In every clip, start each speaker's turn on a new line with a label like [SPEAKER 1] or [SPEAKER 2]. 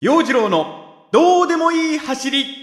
[SPEAKER 1] 陽次郎のどうでもいい走り。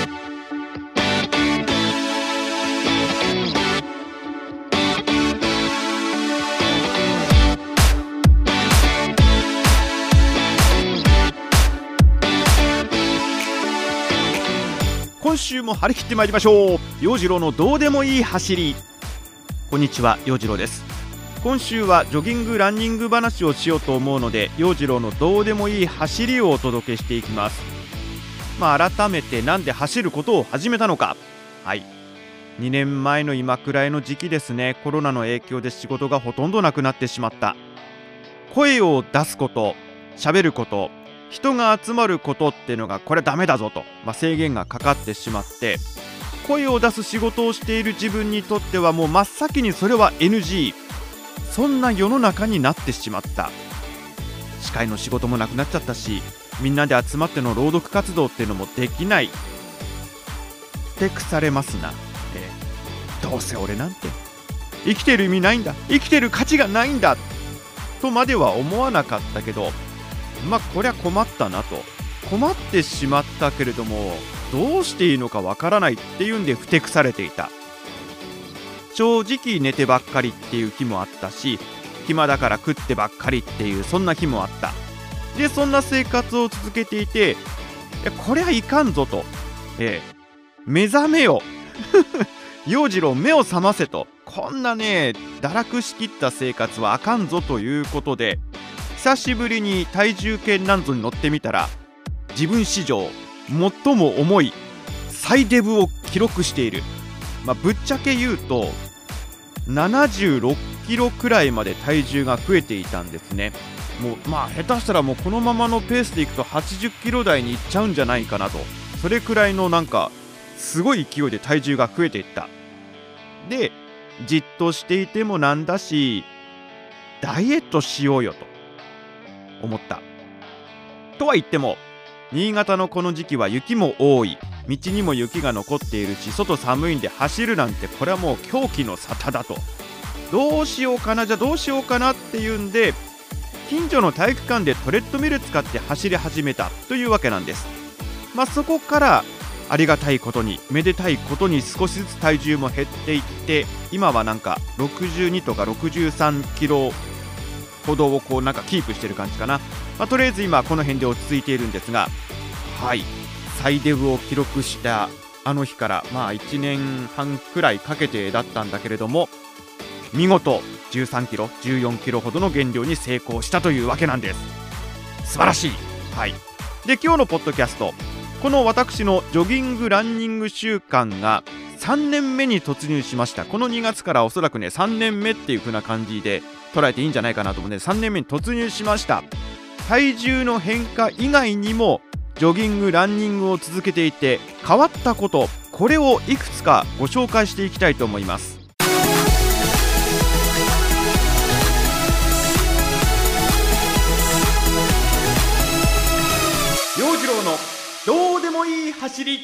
[SPEAKER 1] 今週も張り切ってまいりましょう。陽次郎のどうでもいい走り。こんにちは、陽次郎です。今週はジョギングランニング話をしようと思うので、陽次郎のどうでもいい走りをお届けしていきます。改めてなんで走ることを始めたのか。2年前の今くらいの時期ですね。コロナの影響で仕事がほとんどなくなってしまった。声を出すこと、喋ること、人が集まることっていうのがこれダメだぞと、制限がかかってしまって、声を出す仕事をしている自分にとってはもう真っ先にそれは NG、そんな世の中になってしまった。司会の仕事もなくなっちゃったし、みんなで集まっての朗読活動っていうのもできない。ふてくされますな。どうせ俺なんて生きてる意味ないんだ、生きてる価値がないんだとまでは思わなかったけど、こりゃ困ったなと。困ってしまったけれどもどうしていいのかわからないっていうんでふてくされていた。正直寝てばっかりっていう日もあったし、暇だから食ってばっかりっていうそんな日もあった。でそんな生活を続けていて、こりゃいかんぞと、目覚めよ陽次郎目を覚ませと、こんなね堕落しきった生活はあかんぞということで、久しぶりに体重計なんぞに乗ってみたら、自分史上最も重い最デブを記録している。ぶっちゃけ言うと76キロくらいまで体重が増えていたんですね。もう下手したらもうこのままのペースでいくと80キロ台にいっちゃうんじゃないかなと、それくらいのすごい勢いで体重が増えていった。でじっとしていてもなんだし、ダイエットしようよと思った。とは言っても新潟のこの時期は雪も多い、道にも雪が残っているし、外寒いんで走るなんてこれはもう狂気の沙汰だと。どうしようかなっていうんで、近所の体育館でトレッドミル使って走り始めたというわけなんです。そこからありがたいことに、めでたいことに少しずつ体重も減っていって、今は62とか63キロほどをキープしてる感じかな。とりあえず今この辺で落ち着いているんですが、最デブを記録したあの日から1年半くらいかけてだったんだけれども、見事13キロ14キロほどの減量に成功したというわけなんです。素晴らしい。で今日のポッドキャスト、この私のジョギングランニング習慣が3年目に突入しました。この2月からおそらくね3年目っていう風な感じで捉えていいんじゃないかなと思うね。3年目に突入しました。体重の変化以外にもジョギングランニングを続けていて変わったこと、これをいくつかご紹介していきたいと思います。陽次郎のどうでもいい走り。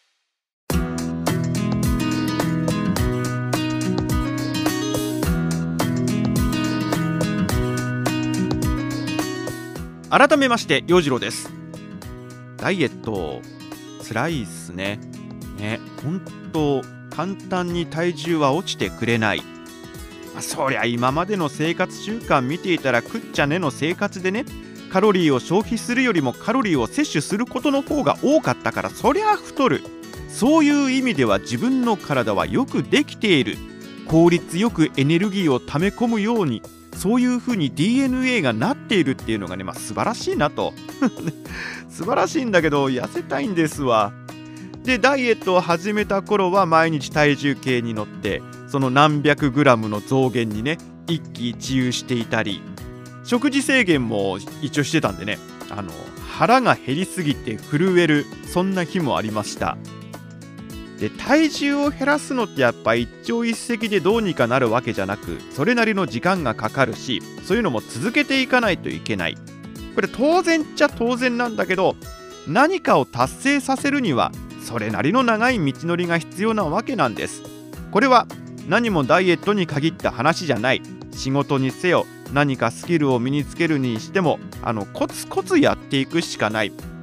[SPEAKER 1] 改めまして陽次郎です。ダイエットつらいっすね。本当簡単に体重は落ちてくれない。そりゃ今までの生活習慣見ていたら食っちゃねの生活でね、カロリーを消費するよりもカロリーを摂取することの方が多かったから、そりゃ太る。そういう意味では自分の体はよくできている。効率よくエネルギーを溜め込むように、そういう風に DNA がなっているっていうのがね、素晴らしいなと素晴らしいんだけど痩せたいんですわ。でダイエットを始めた頃は毎日体重計に乗って、その何百グラムの増減にね一喜一憂していたり、食事制限も一応してたんでね、腹が減りすぎて震える、そんな日もありました。で体重を減らすのってやっぱ一朝一夕でどうにかなるわけじゃなく、それなりの時間がかかるし、そういうのも続けていかないといけない。これ当然っちゃ当然なんだけど、何かを達成させるにはそれなりの長い道のりが必要なわけなんです。これは何もダイエットに限った話じゃない。仕事にせよ何かスキルを身につけるにしてもコツコツやっていくしかない。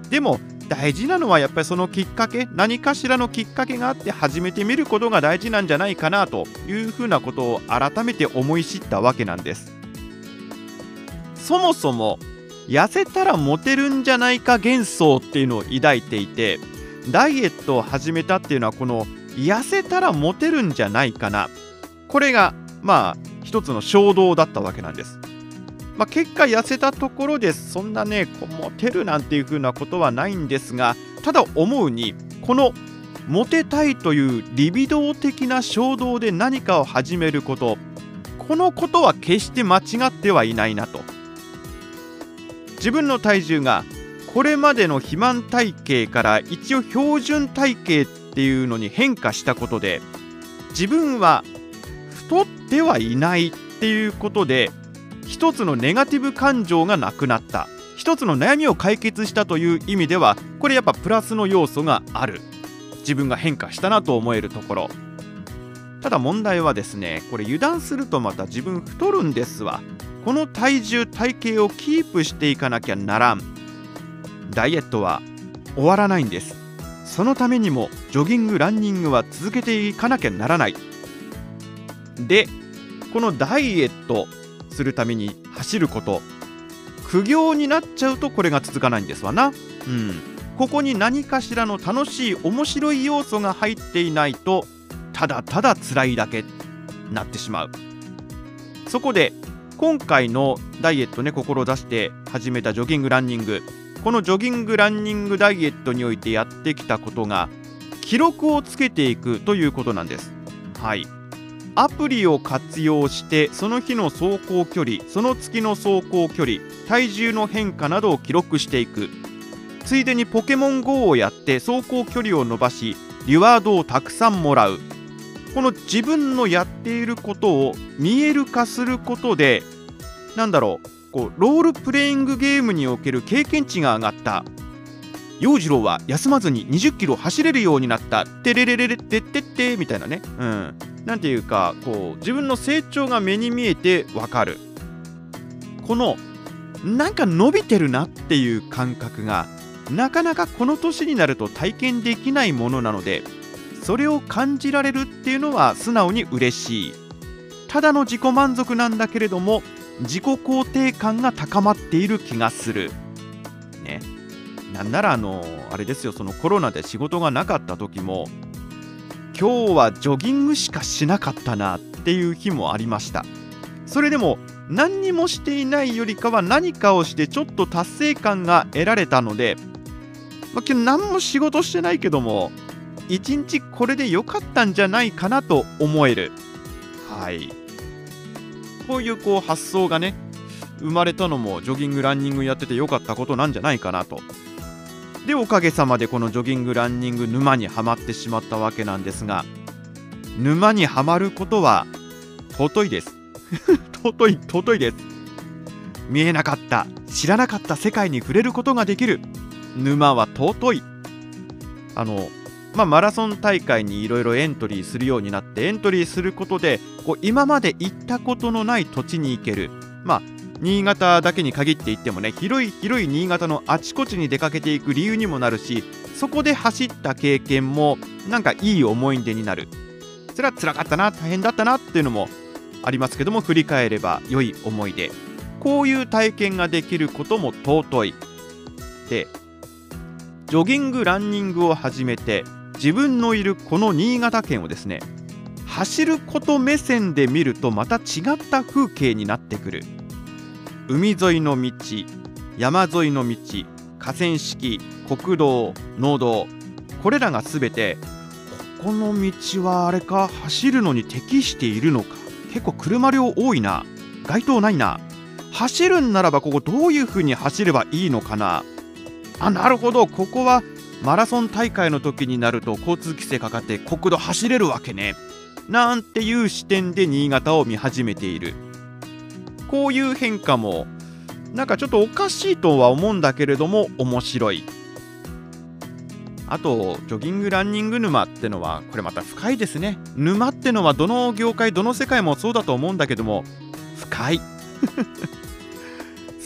[SPEAKER 1] でも大事なのはやっぱりそのきっかけ、何かしらのきっかけがあって始めてみることが大事なんじゃないかなというふうなことを改めて思い知ったわけなんです。そもそも痩せたらモテるんじゃないか幻想っていうのを抱いていて、ダイエットを始めたっていうのはこの痩せたらモテるんじゃないかな、これが一つの衝動だったわけなんです。結果痩せたところでそんなねモテるなんていう風なことはないんですが、ただ思うにこのモテたいというリビドー的な衝動で何かを始めること、このことは決して間違ってはいないなと。自分の体重がこれまでの肥満体型から一応標準体型っていうのに変化したことで、自分は太ってはいないっていうことで一つのネガティブ感情がなくなった、一つの悩みを解決したという意味ではこれやっぱプラスの要素がある、自分が変化したなと思えるところ。ただ問題はですね、これ油断するとまた自分太るんですわ。この体重体型をキープしていかなきゃならん。ダイエットは終わらないんです。そのためにもジョギングランニングは続けていかなきゃならない。でこのダイエットするために走ること、苦行になっちゃうとこれが続かないんですわな。ここに何かしらの楽しい面白い要素が入っていないとただただ辛いだけなってしまう。そこで今回のダイエットね志して始めたジョギングランニング、このジョギングランニングダイエットにおいてやってきたことが記録をつけていくということなんです。アプリを活用してその日の走行距離、その月の走行距離、体重の変化などを記録していく。ついでにポケモン GO をやって走行距離を伸ばしリワードをたくさんもらう。この自分のやっていることを見える化することで、ロールプレイングゲームにおける経験値が上がった。陽次郎は休まずに20キロ走れるようになった。てれれれれってってってみたいなね。なんていうか自分の成長が目に見えてわかる。このなんか伸びてるなっていう感覚がなかなかこの年になると体験できないものなので、それを感じられるっていうのは素直に嬉しい。ただの自己満足なんだけれども自己肯定感が高まっている気がするね。なんならあれですよ、そのコロナで仕事がなかった時も今日はジョギングしかしなかったなっていう日もありました。それでも何にもしていないよりかは何かをしてちょっと達成感が得られたので、今日何も仕事してないけども一日これで良かったんじゃないかなと思える。こういう発想がね生まれたのもジョギングランニングやってて良かったことなんじゃないかなと。でおかげさまでこのジョギングランニング沼にはまってしまったわけなんですが、沼にはまることは尊いです尊いです。見えなかった知らなかった世界に触れることができる沼は尊い。マラソン大会にいろいろエントリーするようになって、エントリーすることで今まで行ったことのない土地に行ける。新潟だけに限って言ってもね、広い新潟のあちこちに出かけていく理由にもなるし、そこで走った経験もなんかいい思い出になる。それは辛かったな、大変だったなっていうのもありますけども、振り返れば良い思い出。こういう体験ができることも尊い。でジョギングランニングを始めて自分のいるこの新潟県をですね、走ること目線で見るとまた違った風景になってくる。海沿いの道、山沿いの道、河川敷、国道、農道、これらがすべてこの道はあれか、走るのに適しているのか、結構車量多いな、街灯ないな、走るんならばここどういう風に走ればいいのかな、なるほど、ここはマラソン大会の時になると交通規制かかって国道走れるわけね、なんていう視点で新潟を見始めている。こういう変化もなんかちょっとおかしいとは思うんだけれども面白い。あとジョギングランニング沼ってのはこれまた深いですね。沼ってのはどの業界どの世界もそうだと思うんだけども深いス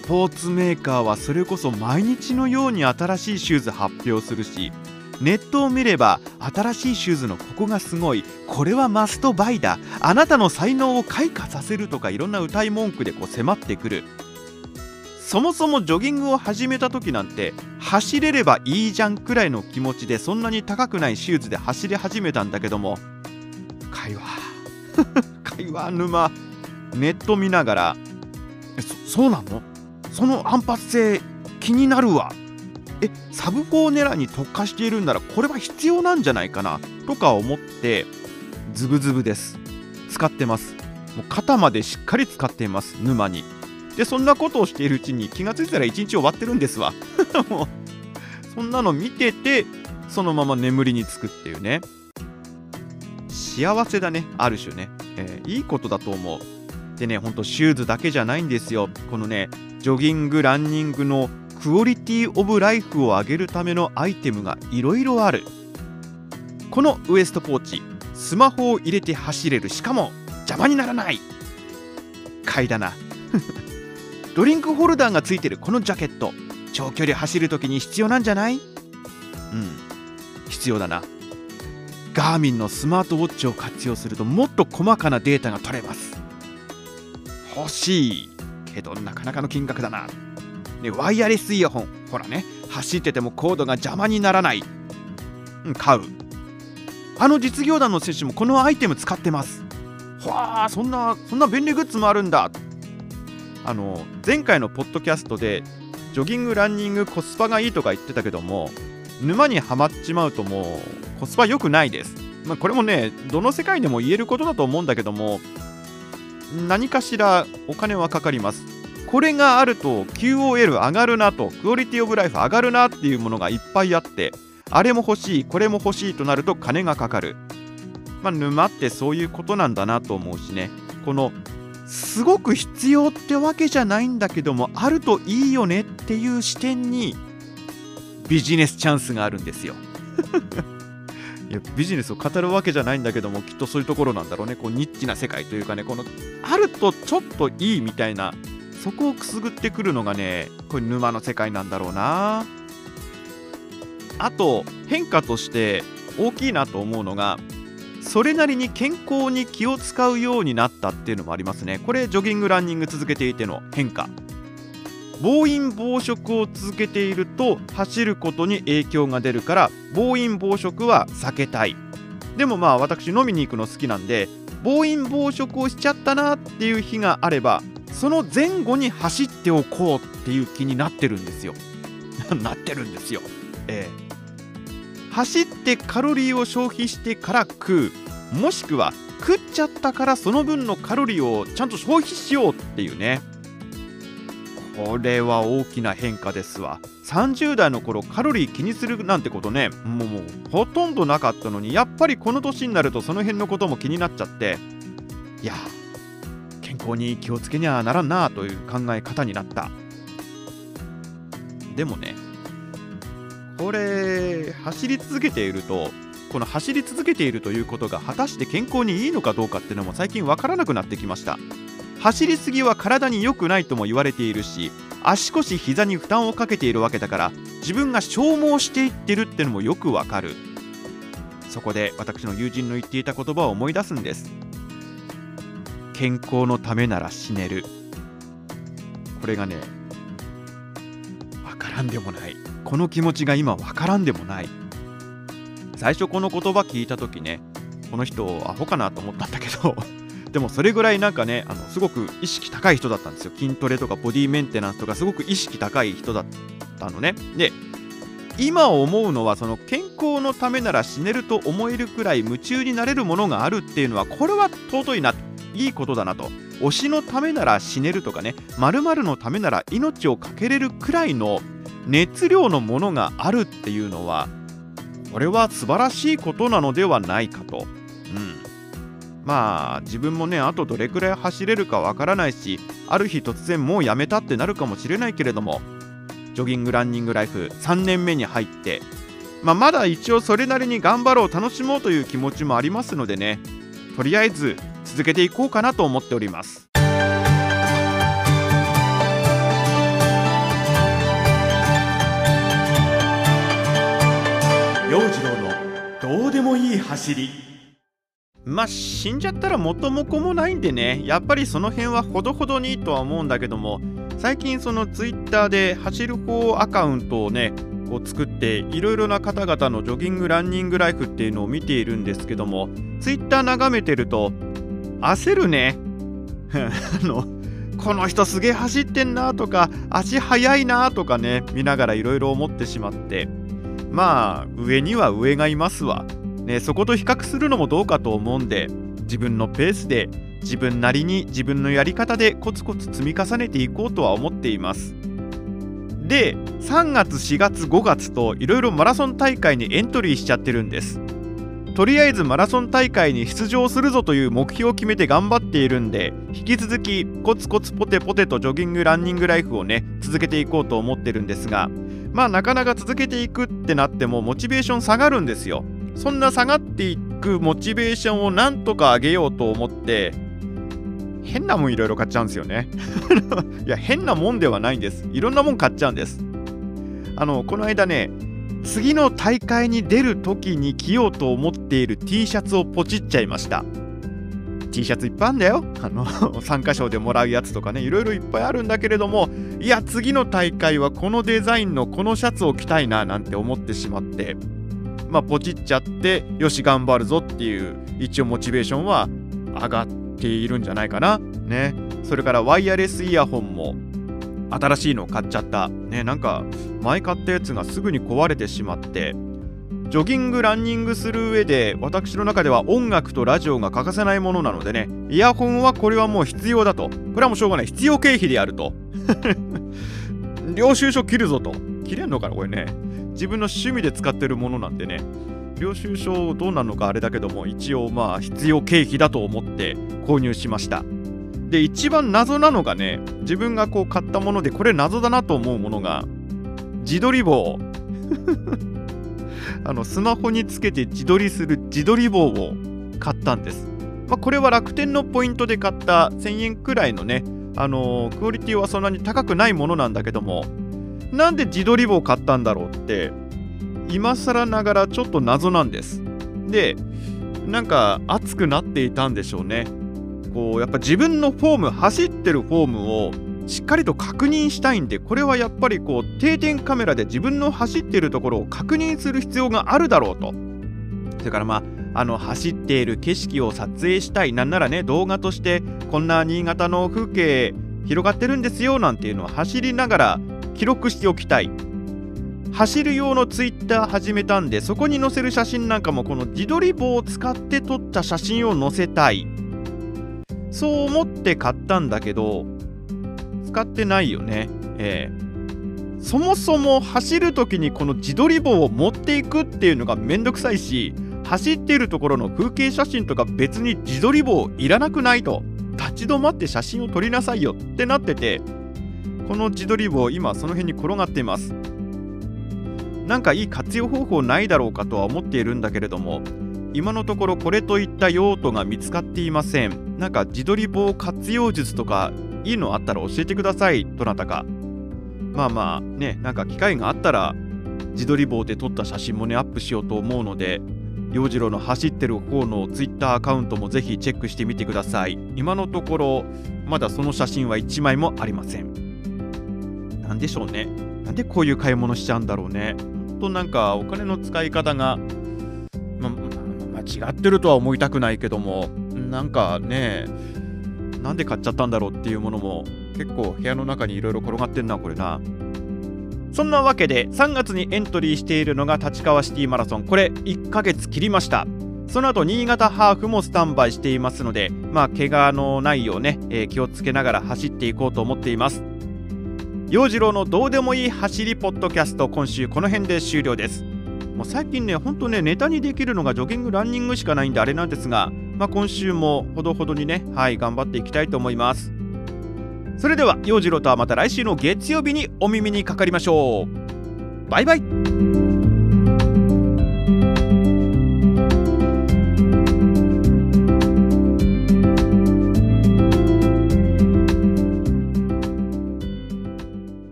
[SPEAKER 1] ポーツメーカーはそれこそ毎日のように新しいシューズ発表するし、ネットを見れば新しいシューズのここがすごい、これはマストバイだ、あなたの才能を開花させるとかいろんな歌い文句で迫ってくる。そもそもジョギングを始めた時なんて走れればいいじゃんくらいの気持ちで、そんなに高くないシューズで走り始めたんだけども、会話沼ネット見ながら、そうなの？その反発性気になるわ。サブ4狙いに特化しているんならこれは必要なんじゃないかなとか思ってズブズブです。使ってます。もう肩までしっかり使っています、沼に。でそんなことをしているうちに気がついたら1日終わってるんですわもうそんなの見ててそのまま眠りにつくっていうね、幸せだね、ある種ね、いいことだと思う。でね、ほんとシューズだけじゃないんですよ。このね、ジョギングランニングのクオリティオブライフを上げるためのアイテムがいろいろある。このウエストポーチ、スマホを入れて走れる、しかも邪魔にならない。買いだなドリンクホルダーがついてるこのジャケット、長距離走るときに必要なんじゃない？必要だな。ガーミンのスマートウォッチを活用するともっと細かなデータが取れます。欲しいけどなかなかの金額だな。ワイヤレスイヤホン、ほらね、走っててもコードが邪魔にならない。買う。実業団の選手もこのアイテム使ってます。わあ、そんな便利グッズもあるんだ。前回のポッドキャストでジョギングランニングコスパがいいとか言ってたけども、沼にはまっちまうともうコスパ良くないです。これもね、どの世界でも言えることだと思うんだけども、何かしらお金はかかります。これがあると QOL 上がるなと、クオリティオブライフ上がるなっていうものがいっぱいあって、あれも欲しいこれも欲しいとなると金がかかる。沼ってそういうことなんだなと思うしね。このすごく必要ってわけじゃないんだけども、あるといいよねっていう視点にビジネスチャンスがあるんですよいや、ビジネスを語るわけじゃないんだけども、きっとそういうところなんだろうね。こうニッチな世界というかね、このあるとちょっといいみたいな、そこをくすぐってくるのがね、これ沼の世界なんだろうな。あと変化として大きいなと思うのが、それなりに健康に気を使うようになったっていうのもありますね。これジョギングランニング続けていての変化。暴飲暴食を続けていると走ることに影響が出るから、暴飲暴食は避けたい。でも私飲みに行くの好きなんで、暴飲暴食をしちゃったなっていう日があれば、その前後に走っておこうっていう気になってるんですよなってるんですよ。走ってカロリーを消費してから食う、もしくは食っちゃったからその分のカロリーをちゃんと消費しようっていうね。これは大きな変化ですわ。30代の頃カロリー気にするなんてことね、もうほとんどなかったのに、やっぱりこの年になるとその辺のことも気になっちゃって、いや健康に気をつけにゃならんなという考え方になった。でもね、これ走り続けていると、この走り続けているということが果たして健康にいいのかどうかっていうのも最近わからなくなってきました。走りすぎは体に良くないとも言われているし、足腰膝に負担をかけているわけだから、自分が消耗していってるってのもよくわかる。そこで私の友人の言っていた言葉を思い出すんです。健康のためなら死ねる。これがね、わからんでもない。この気持ちが今わからんでもない。最初この言葉聞いた時ね、この人アホかなと思ったんだけどでもそれぐらいなんかね、すごく意識高い人だったんですよ。筋トレとかボディメンテナンスとかすごく意識高い人だったのね。で、今思うのは、その健康のためなら死ねると思えるくらい夢中になれるものがあるっていうのは、これは尊いな、いいことだなと。推しのためなら死ねるとかね、〇〇のためなら命を懸けれるくらいの熱量のものがあるっていうのは、これは素晴らしいことなのではないかと。自分もね、あとどれくらい走れるかわからないし、ある日突然もうやめたってなるかもしれないけれども、ジョギングランニングライフ3年目に入って、まだ一応それなりに頑張ろう、楽しもうという気持ちもありますのでね、とりあえず続けていこうかなと思っております。 走り。まあ死んじゃったら元も子もないんでね、やっぱりその辺はほどほどにとは思うんだけども、最近そのツイッターで走る方アカウントをねこう作っていろいろな方々のジョギングランニングライフっていうのを見ているんですけども、ツイッター眺めてると焦るねこの人すげえ走ってんなとか足速いなとかね見ながらいろいろ思ってしまって、まあ上には上がいますわね、そこと比較するのもどうかと思うんで、自分のペースで自分なりに自分のやり方でコツコツ積み重ねていこうとは思っています。で3月4月5月といろいろマラソン大会にエントリーしちゃってるんです。とりあえずマラソン大会に出場するぞという目標を決めて頑張っているんで、引き続きコツコツポテポテとジョギングランニングライフをね続けていこうと思ってるんですが、まあなかなか続けていくってなってもモチベーション下がるんですよ。そんな下がっていくモチベーションをなんとか上げようと思って変なもんいろいろ買っちゃうんですよねいや変なもんではないんです。いろんなもん買っちゃうんです。この間ね、次の大会に出る時に着ようと思っている T シャツをポチっちゃいました。 T シャツいっぱいあるんだよ。参加賞でもらうやつとかね、いろいろいっぱいあるんだけれども、いや次の大会はこのデザインのこのシャツを着たいななんて思ってしまって、まあポチっちゃって、よし頑張るぞっていう一応モチベーションは上がっているんじゃないかなね。それからワイヤレスイヤホンも新しいの買っちゃったね。なんか前買ったやつがすぐに壊れてしまって、ジョギングランニングする上で私の中では音楽とラジオが欠かせないものなのでね、イヤホンはこれはもう必要だと、これはもうしょうがない、必要経費であると領収書切るぞと。切れんのかなこれね、自分の趣味で使ってるものなんでね、領収書どうなるのかあれだけども、一応まあ必要経費だと思って購入しました。で一番謎なのがね、自分がこう買ったものでこれ謎だなと思うものが自撮り棒スマホにつけて自撮りする自撮り棒を買ったんです。まあ、これは楽天のポイントで買った1000円くらいのね、クオリティはそんなに高くないものなんだけども、なんで自撮り棒を買ったんだろうって今更ながらちょっと謎なんです。でなんか熱くなっていたんでしょうね。こうやっぱ自分のフォーム、走ってるフォームをしっかりと確認したいんで、これはやっぱりこう定点カメラで自分の走っているところを確認する必要があるだろうと。それからまあ走っている景色を撮影したい、なんならね動画としてこんな新潟の風景広がってるんですよなんていうのを走りながら記録しておきたい。走る用のツイッター始めたんで、そこに載せる写真なんかもこの自撮り棒を使って撮った写真を載せたい、そう思って買ったんだけど使ってないよね。そもそも走る時にこの自撮り棒を持っていくっていうのがめんどくさいし、走っているところの風景写真とか別に自撮り棒いらなくないと、立ち止まって写真を撮りなさいよってなってて、この自撮り棒今その辺に転がっています。なんかいい活用方法ないだろうかとは思っているんだけれども、今のところこれといった用途が見つかっていません。なんか自撮り棒活用術とかいいのあったら教えてください、どなたか。まあまあね、なんか機会があったら自撮り棒で撮った写真もねアップしようと思うので、陽次郎の走ってる方のツイッターアカウントもぜひチェックしてみてください。今のところまだその写真は1枚もありません。なんでしょうね、なんでこういう買い物しちゃうんだろうね。ほんとなんかお金の使い方が間違ってるとは思いたくないけども、なんかね、なんで買っちゃったんだろうっていうものも結構部屋の中にいろいろ転がってんなこれな。そんなわけで3月にエントリーしているのが立川シティマラソン、これ1ヶ月切りました。その後新潟ハーフもスタンバイしていますので、まあ怪我のないようね、気をつけながら走っていこうと思っています。陽次郎のどうでもいい走りポッドキャスト、今週この辺で終了です。もう最近ね、ほんとね、ネタにできるのがジョギングランニングしかないんであれなんですが、まあ、今週もほどほどにね、頑張っていきたいと思います。それでは陽次郎とはまた来週の月曜日にお耳にかかりましょう。バイバイ。